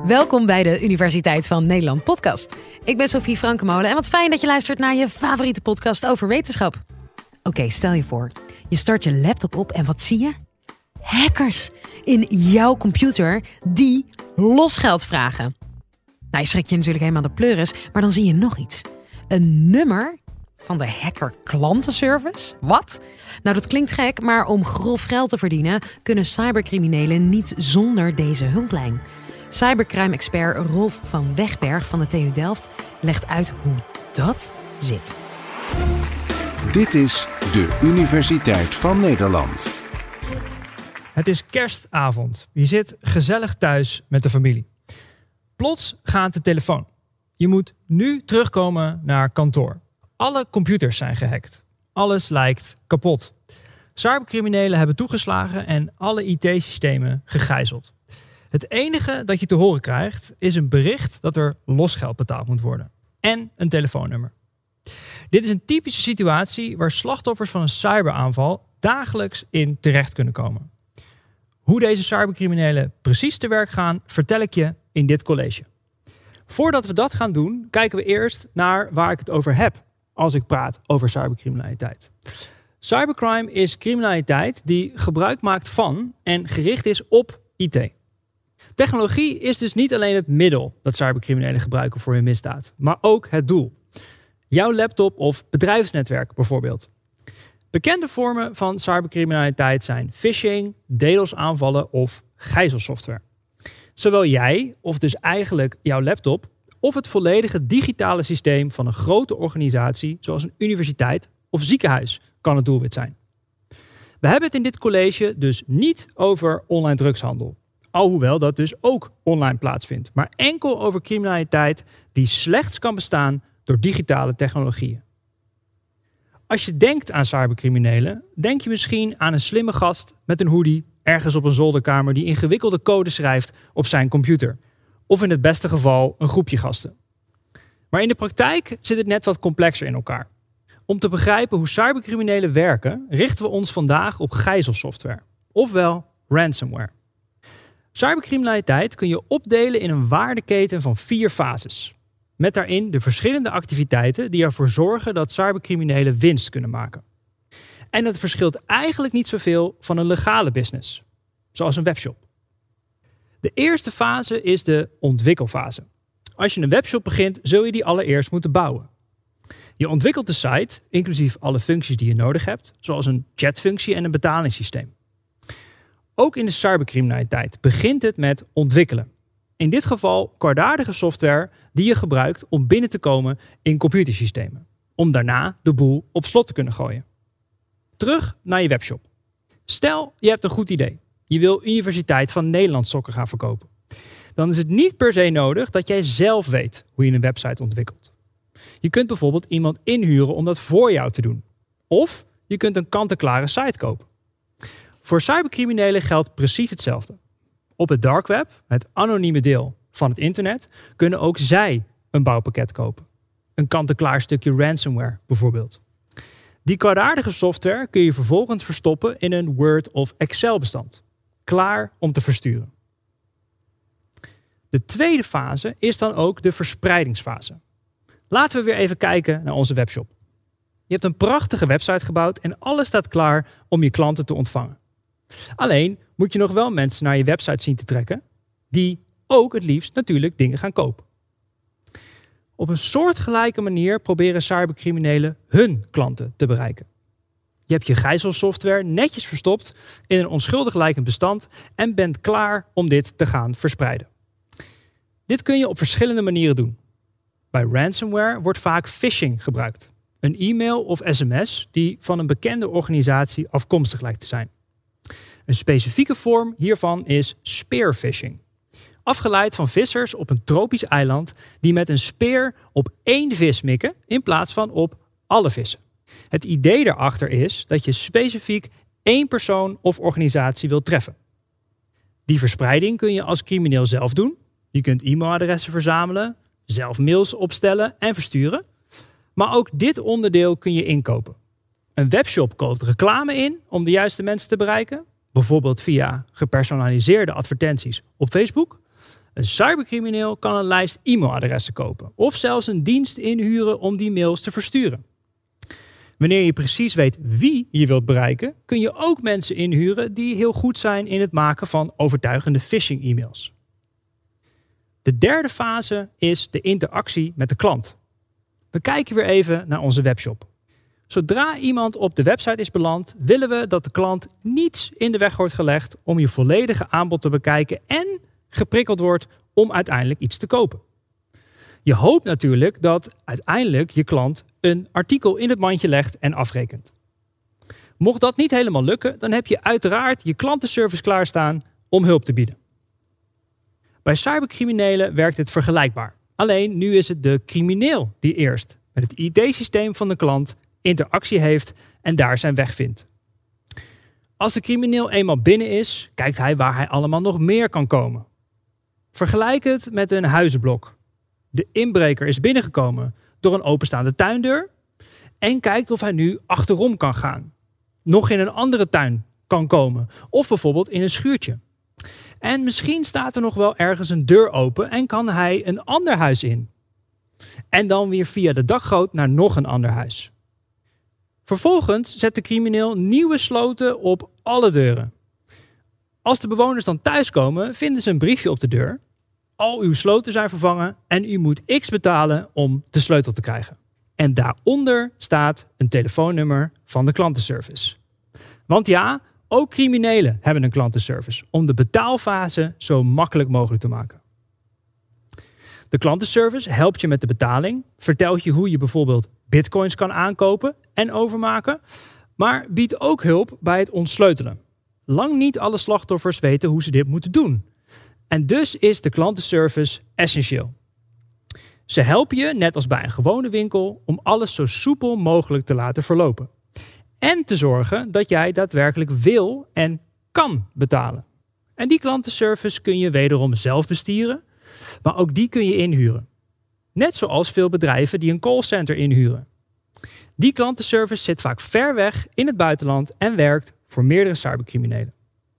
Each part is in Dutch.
Welkom bij de Universiteit van Nederland podcast. Ik ben Sophie Frankemolen en wat fijn dat je luistert naar je favoriete podcast over wetenschap. Oké, stel je voor, je start je laptop op en wat zie je? Hackers in jouw computer die losgeld vragen. Nou, je schrik je natuurlijk helemaal de pleuris, maar dan zie je nog iets. Een nummer van de hacker klantenservice? Wat? Nou, dat klinkt gek, maar om grof geld te verdienen kunnen cybercriminelen niet zonder deze hulplijn. Cybercrime-expert Rolf van Wegberg van de TU Delft legt uit hoe dat zit. Dit is de Universiteit van Nederland. Het is kerstavond. Je zit gezellig thuis met de familie. Plots gaat de telefoon. Je moet nu terugkomen naar kantoor. Alle computers zijn gehackt. Alles lijkt kapot. Cybercriminelen hebben toegeslagen en alle IT-systemen gegijzeld. Het enige dat je te horen krijgt is een bericht dat er losgeld betaald moet worden. En een telefoonnummer. Dit is een typische situatie waar slachtoffers van een cyberaanval dagelijks in terecht kunnen komen. Hoe deze cybercriminelen precies te werk gaan, vertel ik je in dit college. Voordat we dat gaan doen, kijken we eerst naar waar ik het over heb als ik praat over cybercriminaliteit. Cybercrime is criminaliteit die gebruik maakt van en gericht is op IT. Technologie is dus niet alleen het middel dat cybercriminelen gebruiken voor hun misdaad, maar ook het doel. Jouw laptop of bedrijfsnetwerk bijvoorbeeld. Bekende vormen van cybercriminaliteit zijn phishing, DDoS-aanvallen of gijzelsoftware. Zowel jij, of dus eigenlijk jouw laptop, of het volledige digitale systeem van een grote organisatie zoals een universiteit of ziekenhuis kan het doelwit zijn. We hebben het in dit college dus niet over online drugshandel. Alhoewel dat dus ook online plaatsvindt. Maar enkel over criminaliteit die slechts kan bestaan door digitale technologieën. Als je denkt aan cybercriminelen, denk je misschien aan een slimme gast met een hoodie ergens op een zolderkamer die ingewikkelde code schrijft op zijn computer. Of in het beste geval een groepje gasten. Maar in de praktijk zit het net wat complexer in elkaar. Om te begrijpen hoe cybercriminelen werken, richten we ons vandaag op gijzelsoftware. Ofwel ransomware. Cybercriminaliteit kun je opdelen in een waardeketen van 4 fases. Met daarin de verschillende activiteiten die ervoor zorgen dat cybercriminelen winst kunnen maken. En dat verschilt eigenlijk niet zoveel van een legale business, zoals een webshop. De eerste fase is de ontwikkelfase. Als je een webshop begint, zul je die allereerst moeten bouwen. Je ontwikkelt de site, inclusief alle functies die je nodig hebt, zoals een chatfunctie en een betalingssysteem. Ook in de cybercriminaliteit begint het met ontwikkelen. In dit geval kwaadaardige software die je gebruikt om binnen te komen in computersystemen. Om daarna de boel op slot te kunnen gooien. Terug naar je webshop. Stel, je hebt een goed idee. Je wil Universiteit van Nederland sokken gaan verkopen. Dan is het niet per se nodig dat jij zelf weet hoe je een website ontwikkelt. Je kunt bijvoorbeeld iemand inhuren om dat voor jou te doen. Of je kunt een kant-en-klare site kopen. Voor cybercriminelen geldt precies hetzelfde. Op het dark web, het anonieme deel van het internet, kunnen ook zij een bouwpakket kopen. Een kant-en-klaar stukje ransomware bijvoorbeeld. Die kwaadaardige software kun je vervolgens verstoppen in een Word of Excel bestand. Klaar om te versturen. De tweede fase is dan ook de verspreidingsfase. Laten we weer even kijken naar onze webshop. Je hebt een prachtige website gebouwd en alles staat klaar om je klanten te ontvangen. Alleen moet je nog wel mensen naar je website zien te trekken die ook het liefst natuurlijk dingen gaan kopen. Op een soortgelijke manier proberen cybercriminelen hun klanten te bereiken. Je hebt je gijzelsoftware netjes verstopt in een onschuldig lijkend bestand en bent klaar om dit te gaan verspreiden. Dit kun je op verschillende manieren doen. Bij ransomware wordt vaak phishing gebruikt. Een e-mail of sms die van een bekende organisatie afkomstig lijkt te zijn. Een specifieke vorm hiervan is spearfishing. Afgeleid van vissers op een tropisch eiland die met een speer op 1 vis mikken in plaats van op alle vissen. Het idee daarachter is dat je specifiek 1 persoon of organisatie wilt treffen. Die verspreiding kun je als crimineel zelf doen. Je kunt e-mailadressen verzamelen, zelf mails opstellen en versturen. Maar ook dit onderdeel kun je inkopen. Een webshop koopt reclame in om de juiste mensen te bereiken. Bijvoorbeeld via gepersonaliseerde advertenties op Facebook. Een cybercrimineel kan een lijst e-mailadressen kopen of zelfs een dienst inhuren om die mails te versturen. Wanneer je precies weet wie je wilt bereiken, kun je ook mensen inhuren die heel goed zijn in het maken van overtuigende phishing-e-mails. De derde fase is de interactie met de klant. We kijken weer even naar onze webshop. Zodra iemand op de website is beland, willen we dat de klant niets in de weg wordt gelegd om je volledige aanbod te bekijken en geprikkeld wordt om uiteindelijk iets te kopen. Je hoopt natuurlijk dat uiteindelijk je klant een artikel in het mandje legt en afrekent. Mocht dat niet helemaal lukken, dan heb je uiteraard je klantenservice klaarstaan om hulp te bieden. Bij cybercriminelen werkt het vergelijkbaar. Alleen nu is het de crimineel die eerst met het IT-systeem van de klant interactie heeft en daar zijn weg vindt. Als de crimineel eenmaal binnen is, kijkt hij waar hij allemaal nog meer kan komen. Vergelijk het met een huizenblok. De inbreker is binnengekomen door een openstaande tuindeur en kijkt of hij nu achterom kan gaan. Nog in een andere tuin kan komen of bijvoorbeeld in een schuurtje. En misschien staat er nog wel ergens een deur open en kan hij een ander huis in. En dan weer via de dakgoot naar nog een ander huis. Vervolgens zet de crimineel nieuwe sloten op alle deuren. Als de bewoners dan thuiskomen, vinden ze een briefje op de deur. Al uw sloten zijn vervangen en u moet X betalen om de sleutel te krijgen. En daaronder staat een telefoonnummer van de klantenservice. Want ja, ook criminelen hebben een klantenservice om de betaalfase zo makkelijk mogelijk te maken. De klantenservice helpt je met de betaling, vertelt je hoe je bijvoorbeeld bitcoins kan aankopen en overmaken, maar biedt ook hulp bij het ontsleutelen. Lang niet alle slachtoffers weten hoe ze dit moeten doen. En dus is de klantenservice essentieel. Ze helpen je, net als bij een gewone winkel, om alles zo soepel mogelijk te laten verlopen. En te zorgen dat jij daadwerkelijk wil en kan betalen. En die klantenservice kun je wederom zelf bestieren, maar ook die kun je inhuren. Net zoals veel bedrijven die een callcenter inhuren. Die klantenservice zit vaak ver weg in het buitenland en werkt voor meerdere cybercriminelen.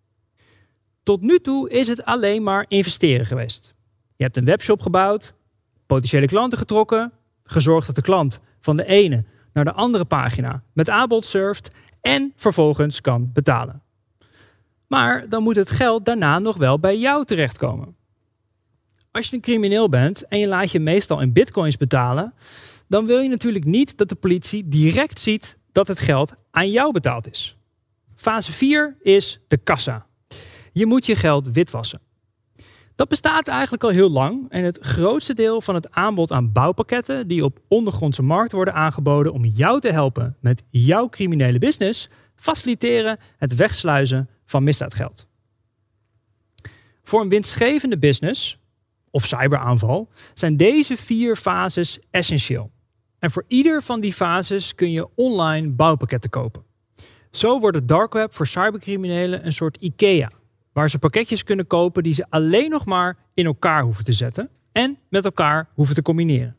Tot nu toe is het alleen maar investeren geweest. Je hebt een webshop gebouwd, potentiële klanten getrokken, gezorgd dat de klant van de ene naar de andere pagina met aanbod surft en vervolgens kan betalen. Maar dan moet het geld daarna nog wel bij jou terechtkomen. Als je een crimineel bent en je laat je meestal in bitcoins betalen, dan wil je natuurlijk niet dat de politie direct ziet dat het geld aan jou betaald is. Fase 4 is de kassa. Je moet je geld witwassen. Dat bestaat eigenlijk al heel lang en het grootste deel van het aanbod aan bouwpakketten die op ondergrondse markt worden aangeboden om jou te helpen met jouw criminele business, faciliteren het wegsluizen van misdaadgeld. Voor een winstgevende business of cyberaanval zijn deze 4 fases essentieel. En voor ieder van die fases kun je online bouwpakketten kopen. Zo wordt het dark web voor cybercriminelen een soort IKEA, waar ze pakketjes kunnen kopen die ze alleen nog maar in elkaar hoeven te zetten en met elkaar hoeven te combineren.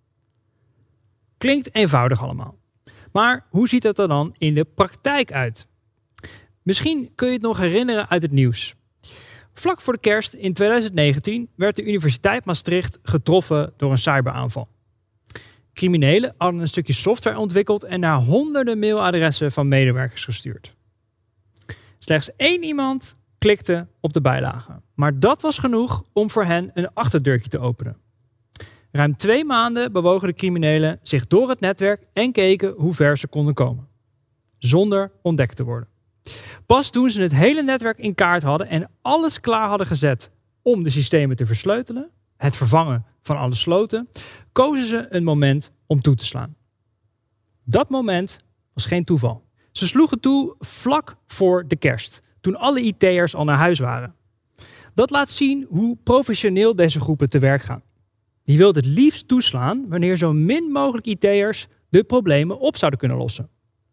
Klinkt eenvoudig allemaal. Maar hoe ziet het er dan in de praktijk uit? Misschien kun je het nog herinneren uit het nieuws. Vlak voor de kerst in 2019 werd de Universiteit Maastricht getroffen door een cyberaanval. Criminelen hadden een stukje software ontwikkeld en naar honderden mailadressen van medewerkers gestuurd. Slechts 1 iemand klikte op de bijlage. Maar dat was genoeg om voor hen een achterdeurtje te openen. Ruim 2 maanden bewogen de criminelen zich door het netwerk en keken hoe ver ze konden komen. Zonder ontdekt te worden. Pas toen ze het hele netwerk in kaart hadden en alles klaar hadden gezet om de systemen te versleutelen, het vervangen van alle sloten, kozen ze een moment om toe te slaan. Dat moment was geen toeval. Ze sloegen toe vlak voor de kerst, toen alle IT'ers al naar huis waren. Dat laat zien hoe professioneel deze groepen te werk gaan. Die wilden het liefst toeslaan wanneer zo min mogelijk IT'ers de problemen op zouden kunnen lossen.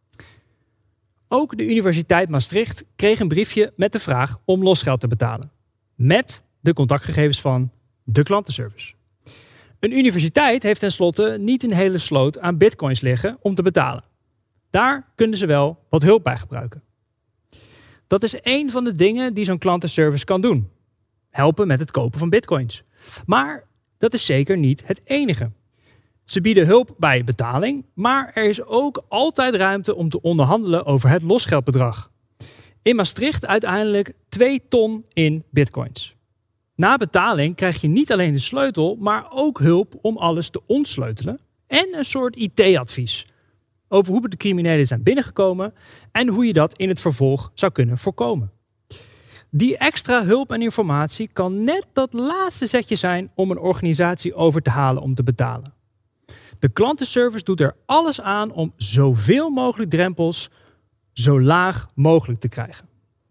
Ook de Universiteit Maastricht kreeg een briefje met de vraag om losgeld te betalen. Met de contactgegevens van de klantenservice. Een universiteit heeft tenslotte niet een hele sloot aan bitcoins liggen om te betalen. Daar kunnen ze wel wat hulp bij gebruiken. Dat is één van de dingen die zo'n klantenservice kan doen. helpen met het kopen van bitcoins. Maar dat is zeker niet het enige. Ze bieden hulp bij betaling, maar er is ook altijd ruimte om te onderhandelen over het losgeldbedrag. In Maastricht uiteindelijk 2 ton in bitcoins. Na betaling krijg je niet alleen de sleutel, maar ook hulp om alles te ontsleutelen en een soort IT-advies over hoe de criminelen zijn binnengekomen en hoe je dat in het vervolg zou kunnen voorkomen. Die extra hulp en informatie kan net dat laatste zetje zijn om een organisatie over te halen om te betalen. De klantenservice doet er alles aan om zoveel mogelijk drempels zo laag mogelijk te krijgen.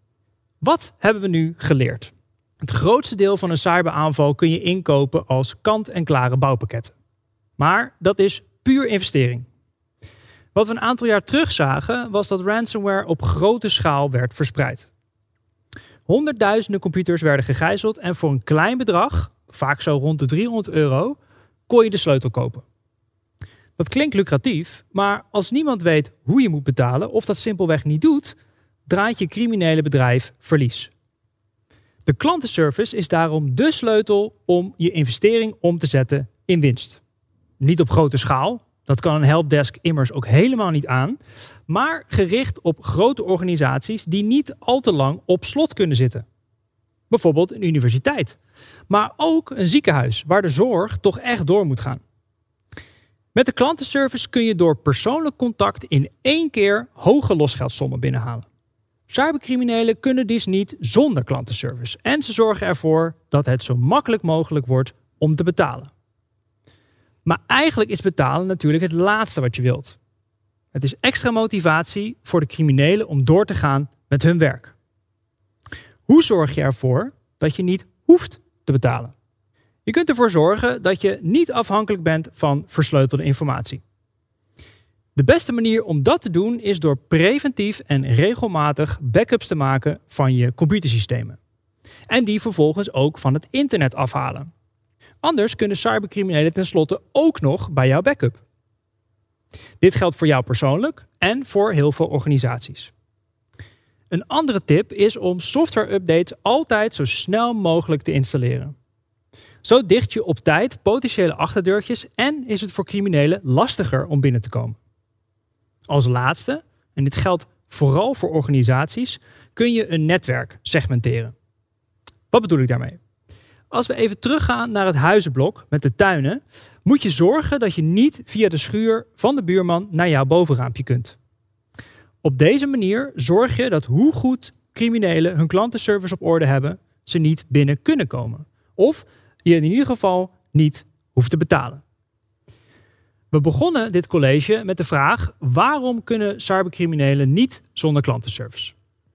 Wat hebben we nu geleerd? Het grootste deel van een cyberaanval kun je inkopen als kant-en-klare bouwpakketten. Maar dat is puur investering. Wat we een aantal jaar terug zagen was dat ransomware op grote schaal werd verspreid. Honderdduizenden computers werden gegijzeld en voor een klein bedrag, vaak zo rond de €300, kon je de sleutel kopen. Dat klinkt lucratief, maar als niemand weet hoe je moet betalen of dat simpelweg niet doet, draait je criminele bedrijf verlies. De klantenservice is daarom dé sleutel om je investering om te zetten in winst. Niet op grote schaal, dat kan een helpdesk immers ook helemaal niet aan, maar gericht op grote organisaties die niet al te lang op slot kunnen zitten. Bijvoorbeeld een universiteit, maar ook een ziekenhuis waar de zorg toch echt door moet gaan. Met de klantenservice kun je door persoonlijk contact in 1 keer hoge losgeldsommen binnenhalen. Cybercriminelen kunnen dit niet zonder klantenservice en ze zorgen ervoor dat het zo makkelijk mogelijk wordt om te betalen. Maar eigenlijk is betalen natuurlijk het laatste wat je wilt. Het is extra motivatie voor de criminelen om door te gaan met hun werk. Hoe zorg je ervoor dat je niet hoeft te betalen? Je kunt ervoor zorgen dat je niet afhankelijk bent van versleutelde informatie. De beste manier om dat te doen is door preventief en regelmatig backups te maken van je computersystemen. En die vervolgens ook van het internet afhalen. Anders kunnen cybercriminelen tenslotte ook nog bij jouw backup. Dit geldt voor jou persoonlijk en voor heel veel organisaties. Een andere tip is om software-updates altijd zo snel mogelijk te installeren. Zo dicht je op tijd potentiële achterdeurtjes en is het voor criminelen lastiger om binnen te komen. Als laatste, en dit geldt vooral voor organisaties, kun je een netwerk segmenteren. Wat bedoel ik daarmee? Als we even teruggaan naar het huizenblok met de tuinen, moet je zorgen dat je niet via de schuur van de buurman naar jouw bovenraampje kunt. Op deze manier zorg je dat hoe goed criminelen hun klantenservice op orde hebben, ze niet binnen kunnen komen. Of je in ieder geval niet hoeft te betalen. We begonnen dit college met de vraag: waarom kunnen cybercriminelen niet zonder klantenservice?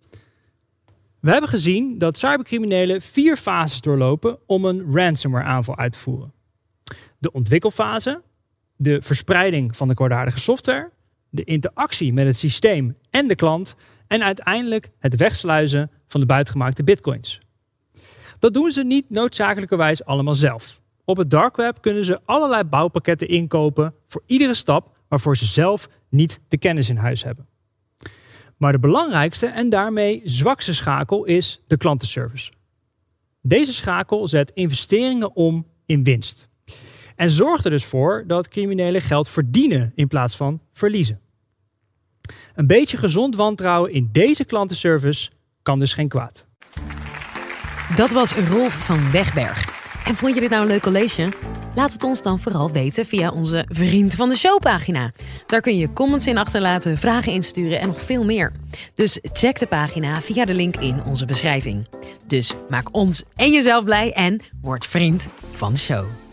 We hebben gezien dat cybercriminelen 4 fases doorlopen om een ransomware aanval uit te voeren. De ontwikkelfase, de verspreiding van de kwaadaardige software, de interactie met het systeem en de klant en uiteindelijk het wegsluizen van de buitgemaakte bitcoins. Dat doen ze niet noodzakelijkerwijs allemaal zelf. Op het dark web kunnen ze allerlei bouwpakketten inkopen voor iedere stap waarvoor ze zelf niet de kennis in huis hebben. Maar de belangrijkste en daarmee zwakste schakel is de klantenservice. Deze schakel zet investeringen om in winst. En zorgt er dus voor dat criminelen geld verdienen in plaats van verliezen. Een beetje gezond wantrouwen in deze klantenservice kan dus geen kwaad. Dat was Rolf van Wegberg. En vond je dit nou een leuk college? Laat het ons dan vooral weten via onze Vriend van de Show pagina. Daar kun je comments in achterlaten, vragen insturen en nog veel meer. Dus check de pagina via de link in onze beschrijving. Dus maak ons en jezelf blij en word vriend van de show.